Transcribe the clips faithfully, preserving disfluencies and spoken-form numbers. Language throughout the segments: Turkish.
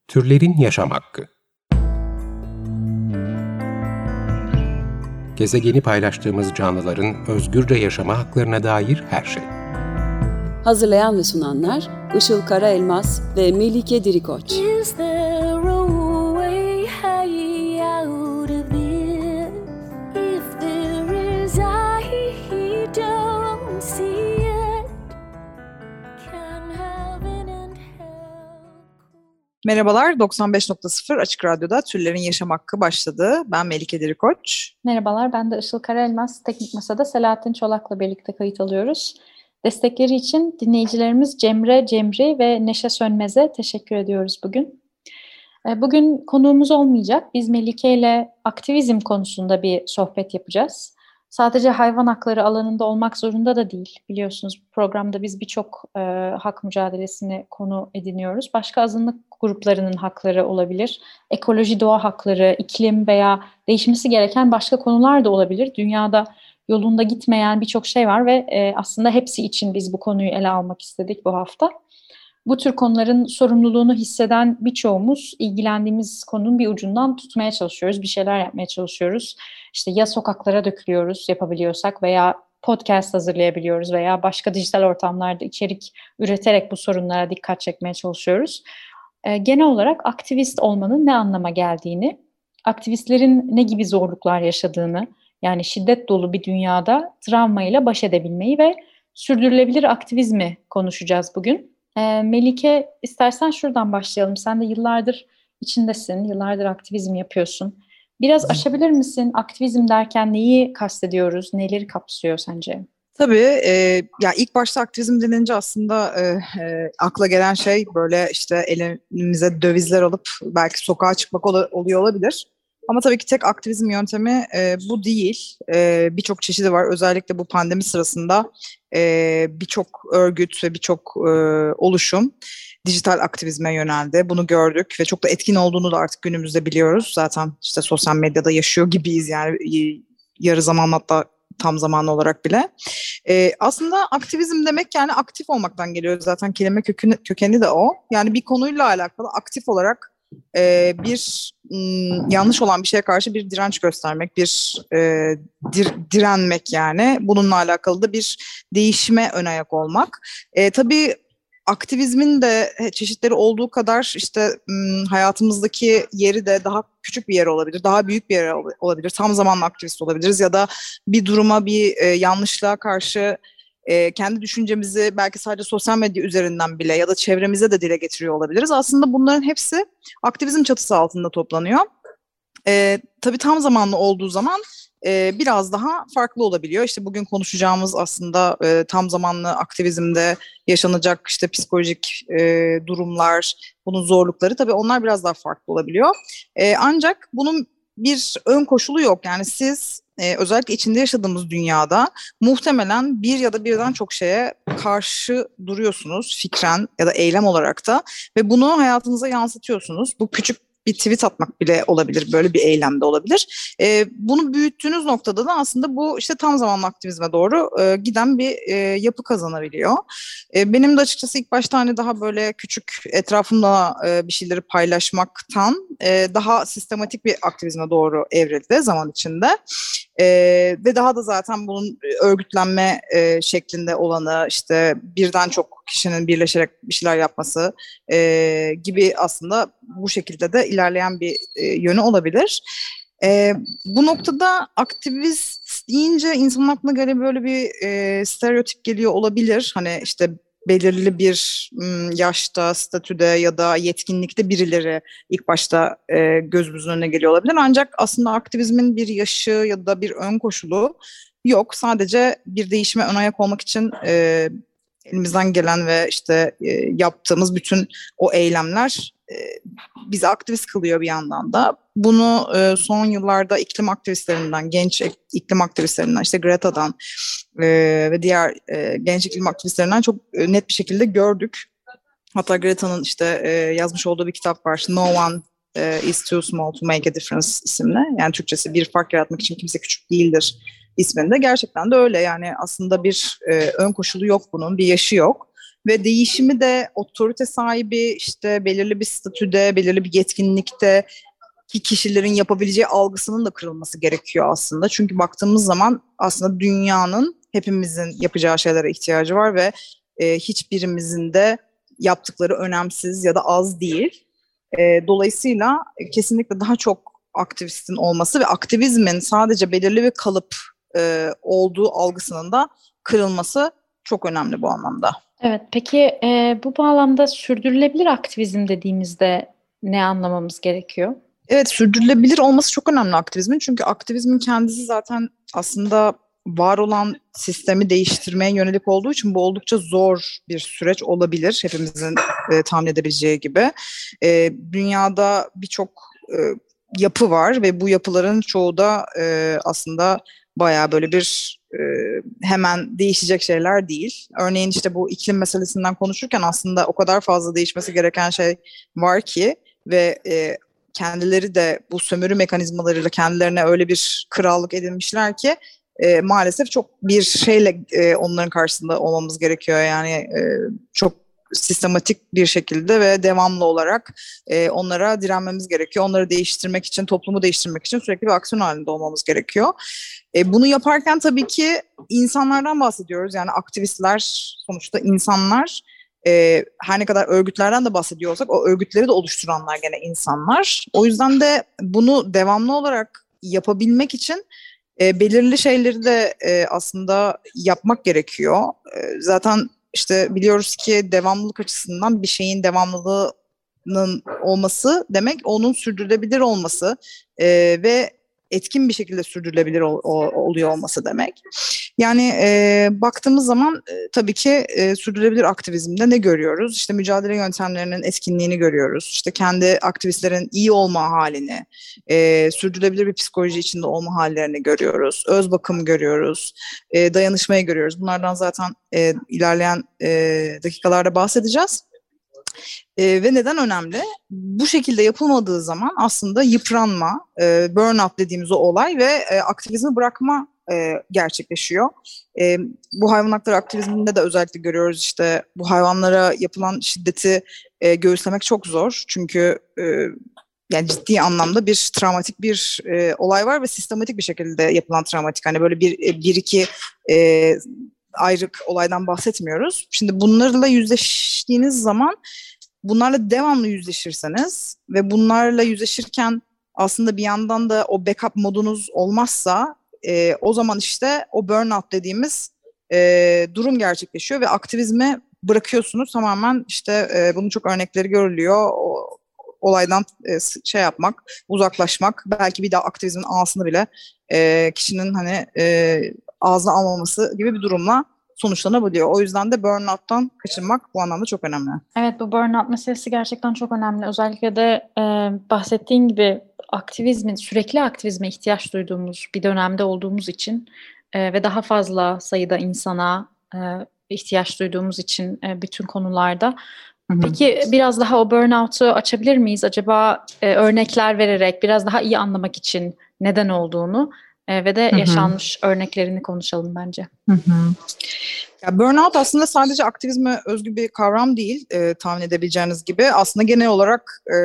Türlerin yaşam hakkı. Gezegeni paylaştığımız canlıların özgürce yaşama haklarına dair her şey. Hazırlayan ve sunanlar Işıl Karaelmaz ve Melike Dirikoç. Merhabalar, doksan beş nokta sıfır Açık Radyo'da Türlerin Yaşam Hakkı başladı. Ben Melike Dirikoç. Merhabalar, ben de Işıl Karaelmaz. Teknik Masa'da Selahattin Çolak'la birlikte kayıt alıyoruz. Destekleri için dinleyicilerimiz Cemre, Cemri ve Neşe Sönmez'e teşekkür ediyoruz bugün. Bugün konuğumuz olmayacak. Biz Melike ile aktivizm konusunda bir sohbet yapacağız. Sadece hayvan hakları alanında olmak zorunda da değil. Biliyorsunuz programda biz birçok e, hak mücadelesini konu ediniyoruz. Başka azınlık gruplarının hakları olabilir. Ekoloji, doğa hakları, iklim veya değişmesi gereken başka konular da olabilir. Dünyada yolunda gitmeyen birçok şey var ve e, aslında hepsi için biz bu konuyu ele almak istedik bu hafta. Bu tür konuların sorumluluğunu hisseden birçoğumuz ilgilendiğimiz konunun bir ucundan tutmaya çalışıyoruz, bir şeyler yapmaya çalışıyoruz. İşte ya sokaklara dökülüyoruz yapabiliyorsak veya podcast hazırlayabiliyoruz veya başka dijital ortamlarda içerik üreterek bu sorunlara dikkat çekmeye çalışıyoruz. Ee, genel olarak aktivist olmanın ne anlama geldiğini, aktivistlerin ne gibi zorluklar yaşadığını, yani şiddet dolu bir dünyada travmayla baş edebilmeyi ve sürdürülebilir aktivizmi konuşacağız bugün. Ee, Melike, istersen şuradan başlayalım. Sen de yıllardır içindesin, yıllardır aktivizm yapıyorsun. Biraz açabilir misin? Aktivizm derken neyi kastediyoruz, neleri kapsıyor sence? Tabii, e, ya ilk başta aktivizm denince aslında e, e, akla gelen şey böyle işte elimize dövizler alıp belki sokağa çıkmak ol- oluyor olabilir. Ama tabii ki tek aktivizm yöntemi e, bu değil. E, birçok çeşidi var. Özellikle bu pandemi sırasında e, birçok örgüt ve birçok e, oluşum dijital aktivizme yöneldi. Bunu gördük ve çok da etkin olduğunu da artık günümüzde biliyoruz. Zaten işte sosyal medyada yaşıyor gibiyiz yani yarı zamanlı hatta tam zamanlı olarak bile. Ee, aslında aktivizm demek yani aktif olmaktan geliyor zaten kelime kökeni, kökeni de o. Yani bir konuyla alakalı aktif olarak e, bir m, yanlış olan bir şeye karşı bir direnç göstermek, bir e, dir, direnmek yani. Bununla alakalı da bir değişime ön ayak olmak. E, tabii aktivizmin de çeşitleri olduğu kadar işte hayatımızdaki yeri de daha küçük bir yer olabilir, daha büyük bir yer olabilir. Tam zamanlı aktivist olabiliriz ya da bir duruma, bir e, yanlışlığa karşı e, kendi düşüncemizi belki sadece sosyal medya üzerinden bile ya da çevremize de dile getiriyor olabiliriz. Aslında bunların hepsi aktivizm çatısı altında toplanıyor. E, tabii tam zamanlı olduğu zaman e, biraz daha farklı olabiliyor. İşte bugün konuşacağımız aslında e, tam zamanlı aktivizmde yaşanacak işte psikolojik e, durumlar, bunun zorlukları tabii onlar biraz daha farklı olabiliyor. E, ancak bunun bir ön koşulu yok. Yani siz e, özellikle içinde yaşadığımız dünyada muhtemelen bir ya da birden çok şeye karşı duruyorsunuz fikren ya da eylem olarak da ve bunu hayatınıza yansıtıyorsunuz. Bu küçük bir tweet atmak bile olabilir, böyle bir eylemde olabilir. E, bunu büyüttüğünüz noktada da aslında bu işte tam zamanlı aktivizme doğru e, giden bir e, yapı kazanabiliyor. E, benim de açıkçası ilk başta hani daha böyle küçük etrafımda e, bir şeyleri paylaşmaktan e, daha sistematik bir aktivizme doğru evrildi zaman içinde. Ee, ve daha da zaten bunun örgütlenme e, şeklinde olanı işte birden çok kişinin birleşerek bir şeyler yapması e, gibi aslında bu şekilde de ilerleyen bir e, yönü olabilir. E, bu noktada aktivist deyince insanın aklına göre böyle bir e, stereotip geliyor olabilir. Hani işte belirli bir m, yaşta, statüde ya da yetkinlikte birileri ilk başta e, gözümüzün önüne geliyor olabilir. Ancak aslında aktivizmin bir yaşı ya da bir ön koşulu yok. Sadece bir değişime ön ayak olmak için e, elimizden gelen ve işte e, yaptığımız bütün o eylemler e, bizi aktivist kılıyor bir yandan da. Bunu e, son yıllarda iklim aktivistlerinden, genç iklim aktivistlerinden, işte Greta'dan e, ve diğer e, genç iklim aktivistlerinden çok e, net bir şekilde gördük. Hatta Greta'nın işte e, yazmış olduğu bir kitap var. No one e, is too small to make a difference isimli. Yani Türkçesi bir fark yaratmak için kimse küçük değildir isminde. Gerçekten de öyle. Yani aslında bir e, ön koşulu yok bunun, bir yaşı yok. ve değişimi de otorite sahibi, işte belirli bir statüde, belirli bir yetkinlikte ki kişilerin yapabileceği algısının da kırılması gerekiyor aslında. Çünkü baktığımız zaman aslında dünyanın hepimizin yapacağı şeylere ihtiyacı var ve e, hiçbirimizin de yaptıkları önemsiz ya da az değil. E, dolayısıyla kesinlikle daha çok aktivistin olması ve aktivizmin sadece belirli bir kalıp e, olduğu algısının da kırılması çok önemli bu anlamda. Evet, peki e, bu bağlamda sürdürülebilir aktivizm dediğimizde ne anlamamız gerekiyor? Evet, sürdürülebilir olması çok önemli aktivizmin. Çünkü aktivizmin kendisi zaten aslında var olan sistemi değiştirmeye yönelik olduğu için bu oldukça zor bir süreç olabilir. Hepimizin e, tahmin edebileceği gibi. E, dünyada birçok e, yapı var ve bu yapıların çoğu da e, aslında bayağı böyle bir e, hemen değişecek şeyler değil. Örneğin işte bu iklim meselesinden konuşurken aslında o kadar fazla değişmesi gereken şey var ki ve e, kendileri de bu sömürü mekanizmalarıyla kendilerine öyle bir krallık edinmişler ki e, maalesef çok bir şeyle e, onların karşısında olmamız gerekiyor. Yani e, çok sistematik bir şekilde ve devamlı olarak e, onlara direnmemiz gerekiyor. Onları değiştirmek için, toplumu değiştirmek için sürekli bir aksiyon halinde olmamız gerekiyor. E, bunu yaparken tabii ki insanlardan bahsediyoruz. Yani aktivistler sonuçta insanlar. E, her ne kadar örgütlerden de bahsediyor olsak o örgütleri de oluşturanlar gene insanlar. O yüzden de bunu devamlı olarak yapabilmek için e, belirli şeyleri de e, aslında yapmak gerekiyor. E, zaten işte biliyoruz ki devamlılık açısından bir şeyin devamlılığının olması demek onun sürdürülebilir olması e, ve etkin bir şekilde sürdürülebilir ol, o, oluyor olması demek. Yani e, baktığımız zaman e, tabii ki e, sürdürülebilir aktivizmde ne görüyoruz? İşte mücadele yöntemlerinin etkinliğini görüyoruz. İşte kendi aktivistlerin iyi olma halini, e, sürdürülebilir bir psikoloji içinde olma hallerini görüyoruz. Öz bakım görüyoruz, e, dayanışmayı görüyoruz. Bunlardan zaten e, ilerleyen e, dakikalarda bahsedeceğiz. E, ve neden önemli? Bu şekilde yapılmadığı zaman aslında yıpranma, e, burnout dediğimiz o olay ve e, aktivizmi bırakma e, gerçekleşiyor. E, bu hayvan hakları aktivizminde de özellikle görüyoruz işte bu hayvanlara yapılan şiddeti e, göğüslemek çok zor. Çünkü e, yani ciddi anlamda bir travmatik bir e, olay var ve sistematik bir şekilde yapılan travmatik. Hani böyle bir, bir iki e, ayrık olaydan bahsetmiyoruz. Şimdi bunlarla yüzleştiğiniz zaman bunlarla devamlı yüzleşirseniz ve bunlarla yüzleşirken aslında bir yandan da o backup modunuz olmazsa e, o zaman işte o burnout dediğimiz e, durum gerçekleşiyor ve aktivizmi bırakıyorsunuz tamamen işte e, bunun çok örnekleri görülüyor. O, olaydan e, şey yapmak, uzaklaşmak, belki bir daha aktivizmin ağasını bile e, kişinin hani e, ağzına almaması gibi bir durumla sonuçlanabiliyor. O yüzden de burnout'tan kaçınmak bu anlamda çok önemli. Evet, bu burnout meselesi gerçekten çok önemli. Özellikle de e, bahsettiğin gibi aktivizmin, sürekli aktivizme ihtiyaç duyduğumuz bir dönemde olduğumuz için e, ve daha fazla sayıda insana e, ihtiyaç duyduğumuz için e, bütün konularda. Hı hı. Peki biraz daha o burnout'u açabilir miyiz? Acaba e, örnekler vererek biraz daha iyi anlamak için neden olduğunu e, ve de yaşanmış hı hı. örneklerini konuşalım bence. Hı hı. Ya burnout aslında sadece aktivizme özgü bir kavram değil, e, tahmin edebileceğiniz gibi. Aslında genel olarak e,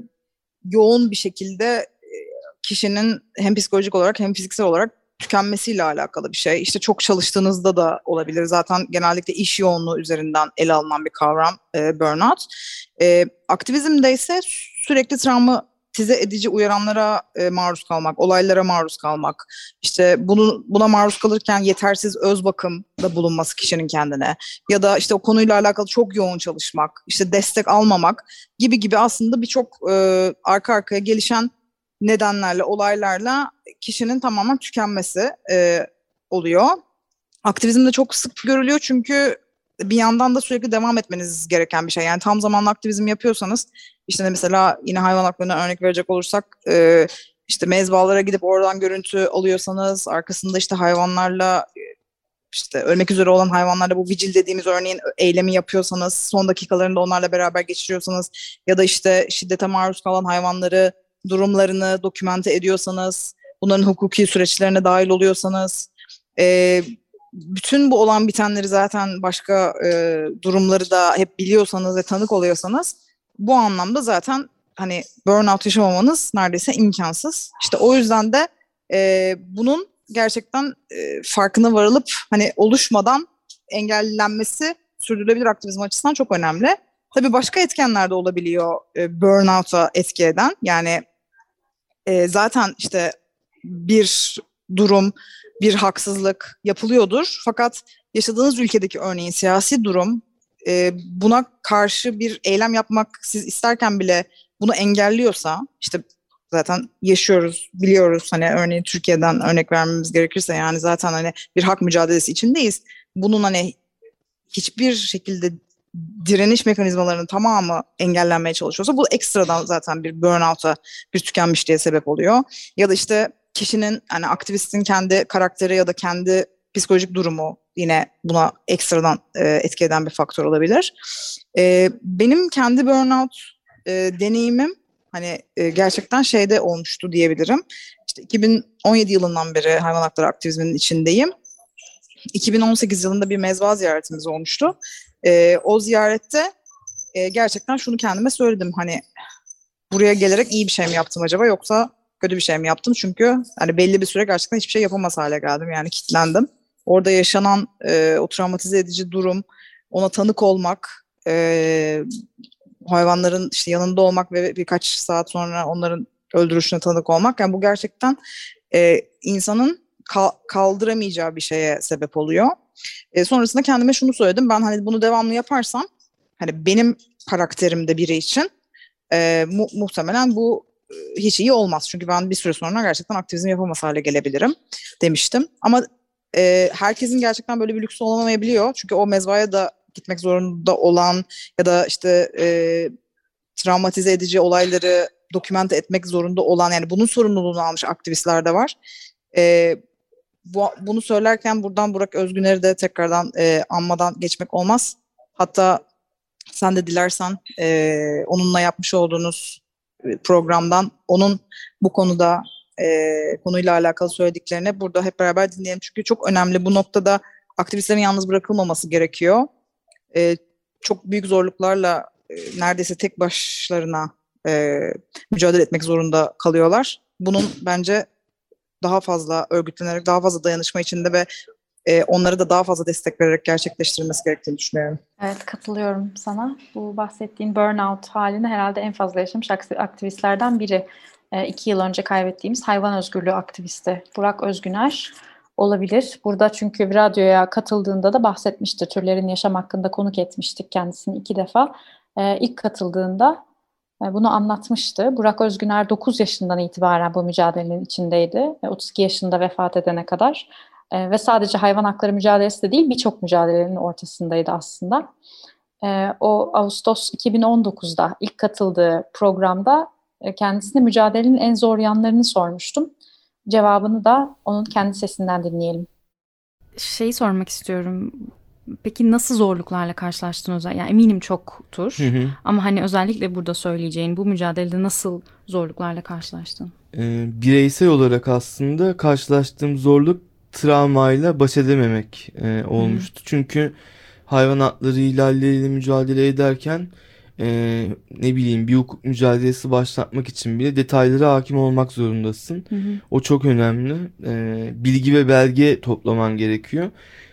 yoğun bir şekilde e, kişinin hem psikolojik olarak hem fiziksel olarak tükenmesiyle alakalı bir şey. İşte çok çalıştığınızda da olabilir. Zaten genellikle iş yoğunluğu üzerinden ele alınan bir kavram e, burnout. E, aktivizmde ise sürekli travma size edici uyaranlara e, maruz kalmak, olaylara maruz kalmak, işte bunu buna maruz kalırken yetersiz öz bakımda bulunması kişinin kendine ya da işte o konuyla alakalı çok yoğun çalışmak, işte destek almamak gibi gibi aslında birçok e, arka arkaya gelişen nedenlerle, olaylarla kişinin tamamen tükenmesi e, oluyor. Aktivizm de çok sık görülüyor çünkü bir yandan da sürekli devam etmeniz gereken bir şey. Yani tam zamanlı aktivizm yapıyorsanız işte mesela yine hayvan haklarına örnek verecek olursak e, işte mezbahalara gidip oradan görüntü alıyorsanız arkasında işte hayvanlarla işte ölmek üzere olan hayvanlarla bu vigil dediğimiz örneğin eylemi yapıyorsanız son dakikalarında onlarla beraber geçiriyorsanız ya da işte şiddete maruz kalan hayvanları durumlarını dokümente ediyorsanız bunların hukuki süreçlerine dahil oluyorsanız e, bütün bu olan bitenleri zaten başka e, durumları da hep biliyorsanız ve tanık oluyorsanız bu anlamda zaten hani burnout yaşamamanız neredeyse imkansız. İşte o yüzden de e, bunun gerçekten e, farkına varılıp hani oluşmadan engellenmesi sürdürülebilir aktivizm açısından çok önemli. Tabii başka etkenler de olabiliyor e, burnout'a etki eden. Yani e, zaten işte bir durum, bir haksızlık yapılıyordur. Fakat yaşadığınız ülkedeki örneğin siyasi durum e, buna karşı bir eylem yapmak siz isterken bile bunu engelliyorsa, işte zaten yaşıyoruz, biliyoruz hani örneğin Türkiye'den örnek vermemiz gerekirse yani zaten hani bir hak mücadelesi içindeyiz. Bunun hani hiçbir şekilde direniş mekanizmalarının tamamı engellenmeye çalışıyorsa bu ekstradan zaten bir burnout'a, bir tükenmişliğe sebep oluyor. Ya da işte kişinin yani aktivistin kendi karakteri ya da kendi psikolojik durumu yine buna ekstradan e, etki eden bir faktör olabilir. E, benim kendi burnout e, deneyimim hani e, gerçekten şeyde olmuştu diyebilirim. İşte iki bin on yedi yılından beri hayvan hakları aktivizminin içindeyim. iki bin on sekiz yılında bir mezba ziyaretimiz olmuştu. E, o ziyarette e, gerçekten şunu kendime söyledim. Hani buraya gelerek iyi bir şey mi yaptım acaba yoksa kötü bir şey mi yaptım? Çünkü hani belli bir süre gerçekten hiçbir şey yapamaz hale geldim. Yani kilitlendim. Orada yaşanan e, o travmatize edici durum, ona tanık olmak, e, hayvanların işte yanında olmak ve birkaç saat sonra onların öldürüşüne tanık olmak. Yani bu gerçekten e, insanın kal- kaldıramayacağı bir şeye sebep oluyor. E, sonrasında kendime şunu söyledim. Ben hani bunu devamlı yaparsam hani benim karakterimde biri için e, mu- muhtemelen bu e, hiç iyi olmaz. Çünkü ben bir süre sonra gerçekten aktivizm yapamaz hale gelebilirim demiştim. Ama e, herkesin gerçekten böyle bir lüksü olamayabiliyor. Çünkü o mezbaya da gitmek zorunda olan ya da işte e, travmatize edici olayları dokümente etmek zorunda olan yani bunun sorumluluğunu almış aktivistler de var. E, bu, bunu söylerken buradan Burak Özgüner'i de tekrardan e, anmadan geçmek olmaz. Hatta sen de dilersen e, onunla yapmış olduğunuz programdan onun bu konuda e, konuyla alakalı söylediklerini burada hep beraber dinleyelim. Çünkü çok önemli. Bu noktada aktivistlerin yalnız bırakılmaması gerekiyor. E, çok büyük zorluklarla e, neredeyse tek başlarına e, mücadele etmek zorunda kalıyorlar. Bunun bence daha fazla örgütlenerek, daha fazla dayanışma içinde ve e, onlara da daha fazla destek vererek gerçekleştirilmesi gerektiğini düşünüyorum. Evet, katılıyorum sana. Bu bahsettiğin burnout halini herhalde en fazla yaşamış aktivistlerden biri. E, iki yıl önce kaybettiğimiz hayvan özgürlüğü aktivisti Burak Özgüner olabilir. Burada çünkü bir radyoya katıldığında da bahsetmişti. Türlerin yaşam hakkında konuk etmiştik kendisini iki defa. E, ilk katıldığında e, bunu anlatmıştı. Burak Özgüner dokuz yaşından itibaren bu mücadelenin içindeydi. E, otuz iki yaşında vefat edene kadar. Ee, ve sadece hayvan hakları mücadelesi de değil, birçok mücadelenin ortasındaydı aslında. Ee, o Ağustos iki bin on dokuzda ilk katıldığı programda e, kendisine mücadelenin en zor yanlarını sormuştum. Cevabını da onun kendi sesinden dinleyelim. Şeyi sormak istiyorum. Peki nasıl zorluklarla karşılaştın özel? Yani eminim çoktur. Hı hı. Ama hani özellikle burada söyleyeceğin bu mücadelede nasıl zorluklarla karşılaştın? Ee, bireysel olarak aslında karşılaştığım zorluk travmayla baş edememek e, olmuştu. Hmm. Çünkü hayvan hakları ihlalleriyle mücadele ederken e, ne bileyim bir hukuk mücadelesi başlatmak için bile detaylara hakim olmak zorundasın. Hmm. O çok önemli. E, bilgi ve belge toplaman gerekiyor.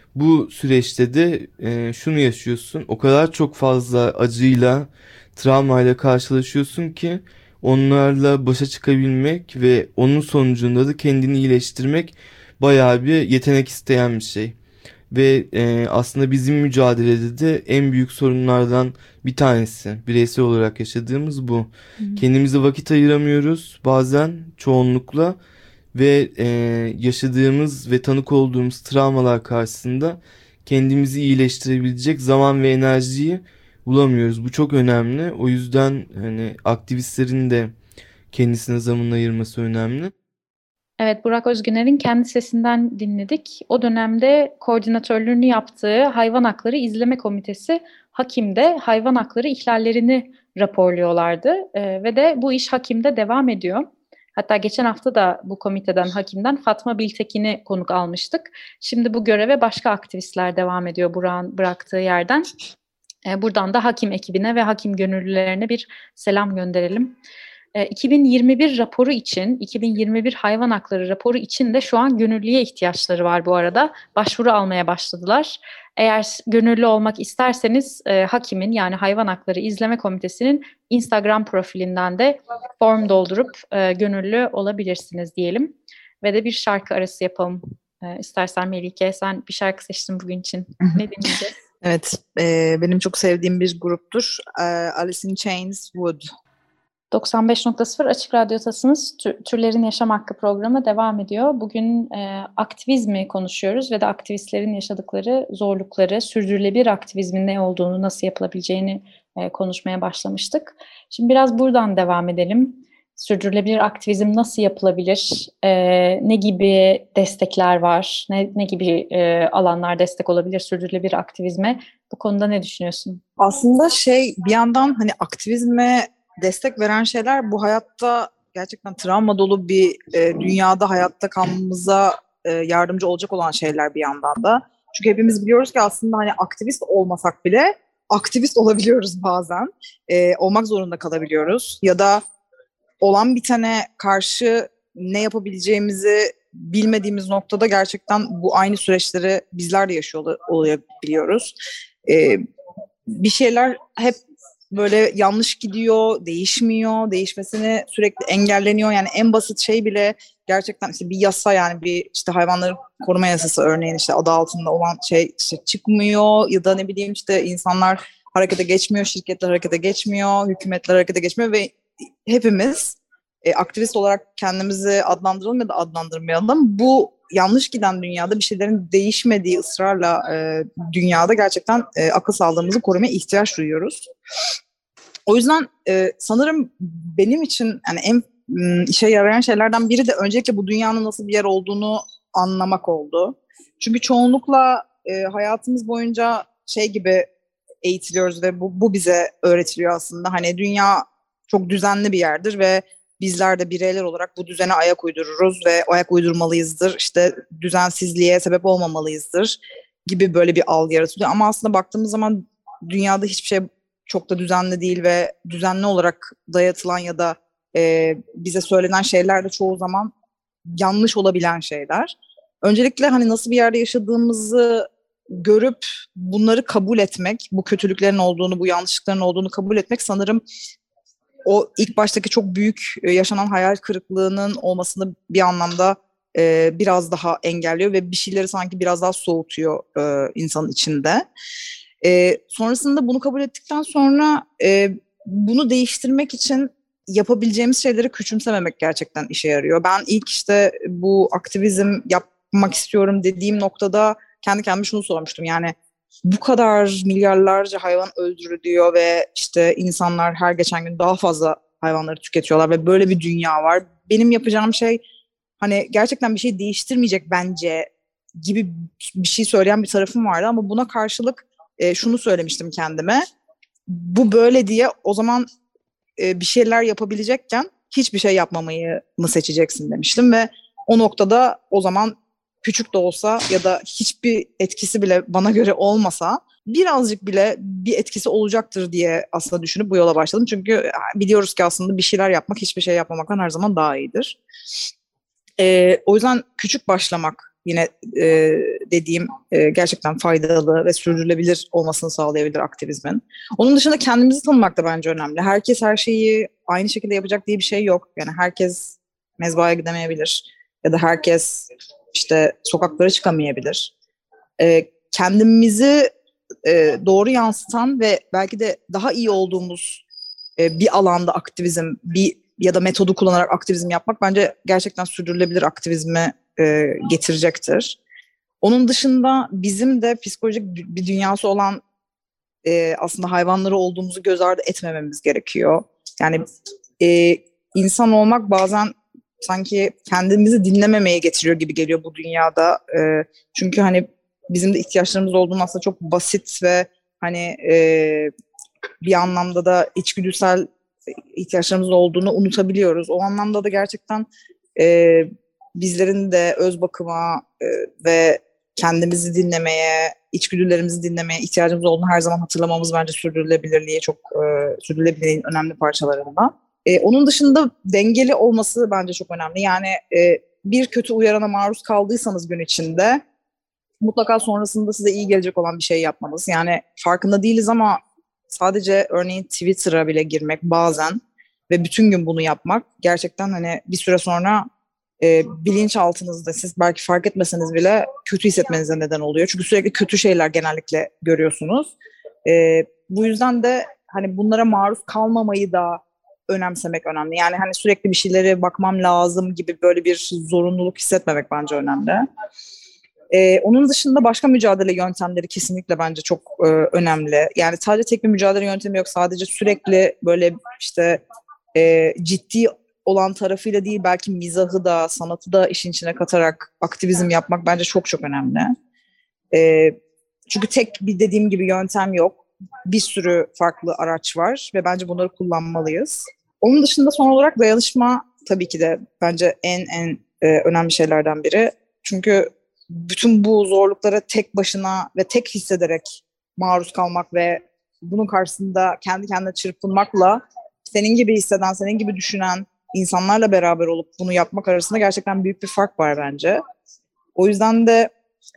Bu süreçte de e, şunu yaşıyorsun. O kadar çok fazla acıyla, travmayla karşılaşıyorsun ki onlarla başa çıkabilmek ve onun sonucunda da kendini iyileştirmek bayağı bir yetenek isteyen bir şey. Ve e, aslında bizim mücadelede de en büyük sorunlardan bir tanesi bireysel olarak yaşadığımız bu. Hı. Kendimize vakit ayıramıyoruz bazen çoğunlukla ve e, yaşadığımız ve tanık olduğumuz travmalar karşısında kendimizi iyileştirebilecek zaman ve enerjiyi bulamıyoruz. Bu çok önemli. O yüzden hani aktivistlerin de kendisine zaman ayırması önemli. Evet, Burak Özgüner'in kendi sesinden dinledik. O dönemde koordinatörlüğünü yaptığı Hayvan Hakları İzleme Komitesi Hakim'de hayvan hakları ihlallerini raporluyorlardı. Ee, ve de bu iş Hakim'de devam ediyor. Hatta geçen hafta da bu komiteden, Hakim'den Fatma Biltekin'i konuk almıştık. Şimdi bu göreve başka aktivistler devam ediyor Burak'ın bıraktığı yerden. E, buradan da Hakim ekibine ve Hakim gönüllülerine bir selam gönderelim. E, iki bin yirmi bir raporu için, iki bin yirmi bir hayvan hakları raporu için de şu an gönüllüye ihtiyaçları var bu arada. Başvuru almaya başladılar. Eğer gönüllü olmak isterseniz e, Hakim'in, yani Hayvan Hakları İzleme Komitesi'nin Instagram profilinden de form doldurup e, gönüllü olabilirsiniz diyelim. Ve de bir şarkı arası yapalım. E, istersen Melike, sen bir şarkı seçtin bugün için. Ne dinleyeceğiz? Evet, e, benim çok sevdiğim bir gruptur. E, Alice in Chains, Wood. doksan beş nokta sıfır Açık Radyo'tasınız. Tür- Türlerin Yaşam Hakkı programı devam ediyor. Bugün e, aktivizmi konuşuyoruz ve de aktivistlerin yaşadıkları zorlukları, sürdürülebilir aktivizmin ne olduğunu, nasıl yapılabileceğini e, konuşmaya başlamıştık. Şimdi biraz buradan devam edelim. Sürdürülebilir aktivizm nasıl yapılabilir? E, ne gibi destekler var? Ne, ne gibi e, alanlar destek olabilir sürdürülebilir aktivizme? Bu konuda ne düşünüyorsun? Aslında şey, bir yandan hani aktivizme destek veren şeyler bu hayatta gerçekten travma dolu bir e, dünyada hayatta kalmamıza e, yardımcı olacak olan şeyler bir yandan da. Çünkü hepimiz biliyoruz ki aslında hani aktivist olmasak bile aktivist olabiliyoruz bazen. E, olmak zorunda kalabiliyoruz. Ya da olan bitene karşı ne yapabileceğimizi bilmediğimiz noktada gerçekten bu aynı süreçleri bizler de yaşıyor olabiliyoruz. E, bir şeyler hep böyle yanlış gidiyor, değişmiyor, değişmesini sürekli engelleniyor. Yani en basit şey bile gerçekten işte bir yasa, yani bir işte hayvanları koruma yasası örneğin işte adı altında olan şey işte çıkmıyor ya da ne bileyim işte insanlar harekete geçmiyor, şirketler harekete geçmiyor, hükümetler harekete geçmiyor ve hepimiz e, aktivist olarak kendimizi adlandıralım ya da adlandırmayalım. Bu yanlış giden dünyada, bir şeylerin değişmediği ısrarla e, dünyada gerçekten e, akıl sağlığımızı korumaya ihtiyaç duyuyoruz. O yüzden e, sanırım benim için yani en m, işe yarayan şeylerden biri de öncelikle bu dünyanın nasıl bir yer olduğunu anlamak oldu. Çünkü çoğunlukla e, hayatımız boyunca şey gibi eğitiliyoruz ve bu, bu bize öğretiliyor aslında. Hani dünya çok düzenli bir yerdir ve bizler de bireyler olarak bu düzene ayak uydururuz ve ayak uydurmalıyızdır. İşte düzensizliğe sebep olmamalıyızdır gibi böyle bir algı yaratılıyor. Ama aslında baktığımız zaman dünyada hiçbir şey çok da düzenli değil ve düzenli olarak dayatılan ya da e, bize söylenen şeyler de çoğu zaman yanlış olabilen şeyler. Öncelikle hani nasıl bir yerde yaşadığımızı görüp bunları kabul etmek, bu kötülüklerin olduğunu, bu yanlışlıkların olduğunu kabul etmek sanırım o ilk baştaki çok büyük yaşanan hayal kırıklığının olmasını bir anlamda e, biraz daha engelliyor ve bir şeyleri sanki biraz daha soğutuyor e, insanın içinde. E, sonrasında bunu kabul ettikten sonra e, bunu değiştirmek için yapabileceğimiz şeyleri küçümsememek gerçekten işe yarıyor. Ben ilk işte bu aktivizm yapmak istiyorum dediğim noktada kendi kendime şunu sormuştum. Yani bu kadar milyarlarca hayvan öldürülüyor ve işte insanlar her geçen gün daha fazla hayvanları tüketiyorlar ve böyle bir dünya var. Benim yapacağım şey hani gerçekten bir şey değiştirmeyecek bence gibi bir şey söyleyen bir tarafım vardı ama buna karşılık e, şunu söylemiştim kendime. Bu böyle diye o zaman e, bir şeyler yapabilecekken hiçbir şey yapmamayı mı seçeceksin demiştim ve o noktada o zaman küçük de olsa ya da hiçbir etkisi bile bana göre olmasa birazcık bile bir etkisi olacaktır diye aslında düşünüp bu yola başladım. Çünkü biliyoruz ki aslında bir şeyler yapmak hiçbir şey yapmamaktan her zaman daha iyidir. Ee, o yüzden küçük başlamak yine e, dediğim e, gerçekten faydalı ve sürdürülebilir olmasını sağlayabilir aktivizmin. Onun dışında kendimizi tanımak da bence önemli. Herkes her şeyi aynı şekilde yapacak diye bir şey yok. Yani herkes mezbahaya gidemeyebilir ya da herkes işte sokaklara çıkamayabilir. Ee, kendimizi e, doğru yansıtan ve belki de daha iyi olduğumuz e, bir alanda aktivizm, bir ya da metodu kullanarak aktivizm yapmak bence gerçekten sürdürülebilir aktivizmi e, getirecektir. Onun dışında bizim de psikolojik bir dünyası olan e, aslında hayvanları olduğumuzu göz ardı etmememiz gerekiyor. Yani e, insan olmak bazen sanki kendimizi dinlememeye getiriyor gibi geliyor bu dünyada. E, çünkü hani bizim de ihtiyaçlarımız olduğunu aslında çok basit ve hani e, bir anlamda da içgüdüsel ihtiyaçlarımız olduğunu unutabiliyoruz. O anlamda da gerçekten e, bizlerin de öz bakıma e, ve kendimizi dinlemeye, içgüdülerimizi dinlemeye ihtiyacımız olduğunu her zaman hatırlamamız bence sürdürülebilirliğe çok e, sürdürülebilirliğin önemli parçalarından. E, onun dışında dengeli olması bence çok önemli. Yani e, bir kötü uyarana maruz kaldıysanız gün içinde mutlaka sonrasında size iyi gelecek olan bir şey yapmanız. Yani farkında değiliz ama sadece örneğin Twitter'a bile girmek bazen ve bütün gün bunu yapmak gerçekten hani bir süre sonra e, bilinçaltınızda siz belki fark etmeseniz bile kötü hissetmenize neden oluyor. Çünkü sürekli kötü şeyler genellikle görüyorsunuz. E, bu yüzden de hani bunlara maruz kalmamayı da önemsemek önemli. Yani hani sürekli bir şeylere bakmam lazım gibi böyle bir zorunluluk hissetmemek bence önemli. Ee, onun dışında başka mücadele yöntemleri kesinlikle bence çok e, önemli. Yani sadece tek bir mücadele yöntemi yok. Sadece sürekli böyle işte e, ciddi olan tarafıyla değil, belki mizahı da, sanatı da işin içine katarak aktivizm yapmak bence çok çok önemli. E, çünkü tek bir dediğim gibi yöntem yok. Bir sürü farklı araç var ve bence bunları kullanmalıyız. Onun dışında son olarak dayanışma tabii ki de bence en en e, önemli şeylerden biri. Çünkü bütün bu zorluklara tek başına ve tek hissederek maruz kalmak ve bunun karşısında kendi kendine çırpınmakla senin gibi hisseden, senin gibi düşünen insanlarla beraber olup bunu yapmak arasında gerçekten büyük bir fark var bence. O yüzden de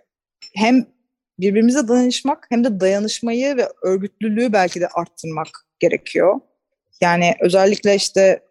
hem birbirimize danışmak hem de dayanışmayı ve örgütlülüğü belki de arttırmak gerekiyor. Yani özellikle işte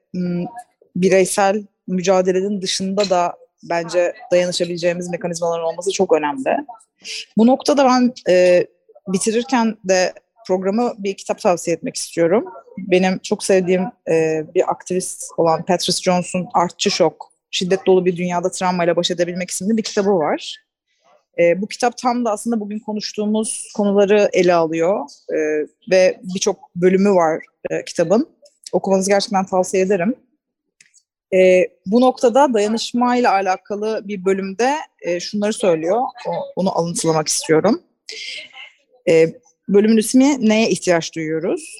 bireysel mücadelenin dışında da bence dayanışabileceğimiz mekanizmaların olması çok önemli. Bu noktada ben e, bitirirken de programı bir kitap tavsiye etmek istiyorum. Benim çok sevdiğim e, bir aktivist olan Patrice Jones'un Artçı Şok, Şiddet Dolu Bir Dünyada Travmayla Baş Edebilmek isimli bir kitabı var. E, bu kitap tam da aslında bugün konuştuğumuz konuları ele alıyor e, ve birçok bölümü var e, kitabın. Okumanızı gerçekten tavsiye ederim. E, bu noktada dayanışmayla alakalı bir bölümde e, şunları söylüyor. O, onu alıntılamak istiyorum. E, bölümün ismi Neye ihtiyaç duyuyoruz?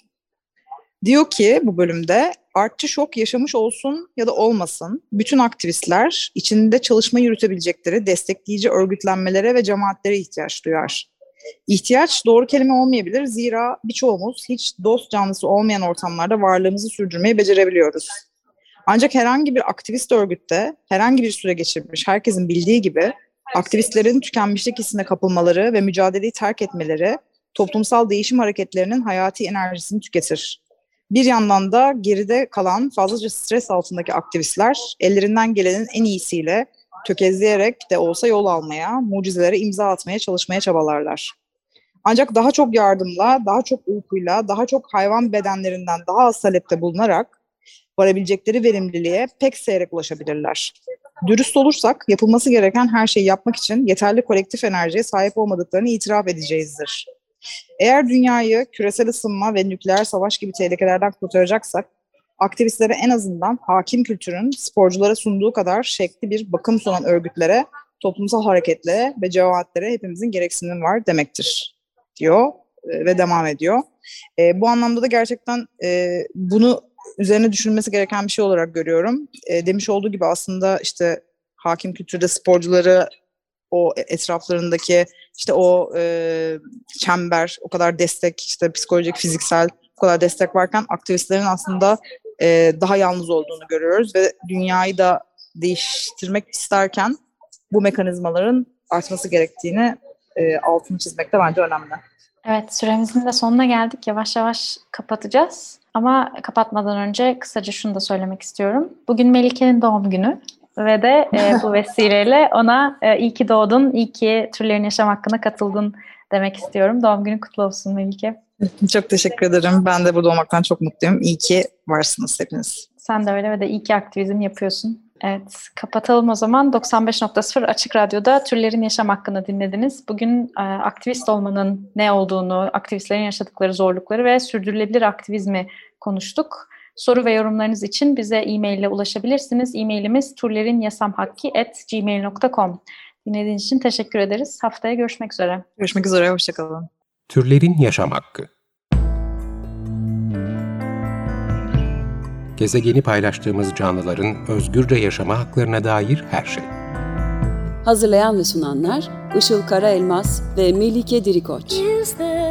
Diyor ki bu bölümde artçı şok yaşamış olsun ya da olmasın, bütün aktivistler içinde çalışma yürütebilecekleri destekleyici örgütlenmelere ve cemaatlere ihtiyaç duyar. İhtiyaç doğru kelime olmayabilir, zira birçoğumuz hiç dost canlısı olmayan ortamlarda varlığımızı sürdürmeyi becerebiliyoruz. Ancak herhangi bir aktivist örgütte herhangi bir süre geçirmiş herkesin bildiği gibi aktivistlerin tükenmişlik hissine kapılmaları ve mücadeleyi terk etmeleri toplumsal değişim hareketlerinin hayati enerjisini tüketir. Bir yandan da geride kalan fazlaca stres altındaki aktivistler ellerinden gelenin en iyisiyle tökezleyerek de olsa yol almaya, mucizelere imza atmaya çalışmaya çabalarlar. Ancak daha çok yardımla, daha çok uykuyla, daha çok hayvan bedenlerinden daha az talepte bulunarak varabilecekleri verimliliğe pek seyrek ulaşabilirler. Dürüst olursak yapılması gereken her şeyi yapmak için yeterli kolektif enerjiye sahip olmadıklarını itiraf edeceğizdir. Eğer dünyayı küresel ısınma ve nükleer savaş gibi tehlikelerden kurtaracaksak, aktivistlere en azından hakim kültürün sporculara sunduğu kadar şekli bir bakım sunan örgütlere, toplumsal hareketlere ve cemaatlere hepimizin gereksinim var demektir, diyor ve devam ediyor. E, bu anlamda da gerçekten e, bunu üzerine düşünülmesi gereken bir şey olarak görüyorum. E, demiş olduğu gibi aslında işte hakim kültürde sporcuları, o etraflarındaki işte o e, çember, o kadar destek, işte psikolojik, fiziksel o kadar destek varken aktivistlerin aslında e, daha yalnız olduğunu görüyoruz ve dünyayı da değiştirmek isterken bu mekanizmaların artması gerektiğini e, altını çizmek de bence önemli. Evet, süremizin de sonuna geldik. Yavaş yavaş kapatacağız. Ama kapatmadan önce kısaca şunu da söylemek istiyorum. Bugün Melike'nin doğum günü ve de e, bu vesileyle ona e, iyi ki doğdun, iyi ki Türlerin Yaşam Hakkı'na katıldın demek istiyorum. Doğum günün kutlu olsun Melike. Çok teşekkür ederim. Ben de burada olmaktan çok mutluyum. İyi ki varsınız hepiniz. Sen de öyle ve de iyi ki aktivizm yapıyorsun. Evet, kapatalım o zaman. doksan beş nokta sıfır Açık Radyo'da Türlerin Yaşam Hakkı'nı dinlediniz. Bugün e, aktivist olmanın ne olduğunu, aktivistlerin yaşadıkları zorlukları ve sürdürülebilir aktivizmi konuştuk. Soru ve yorumlarınız için bize e-mail ile ulaşabilirsiniz. E-mailimiz turlerinyasamhakki at gmail nokta com. Dinlediğiniz için teşekkür ederiz. Haftaya görüşmek üzere. Görüşmek üzere, hoşçakalın. Türlerin Yaşam Hakkı. gezegeni paylaştığımız canlıların özgürce yaşama haklarına dair her şey. Hazırlayan ve sunanlar Işıl Karaelmaz ve Melike Dirikoç. Is there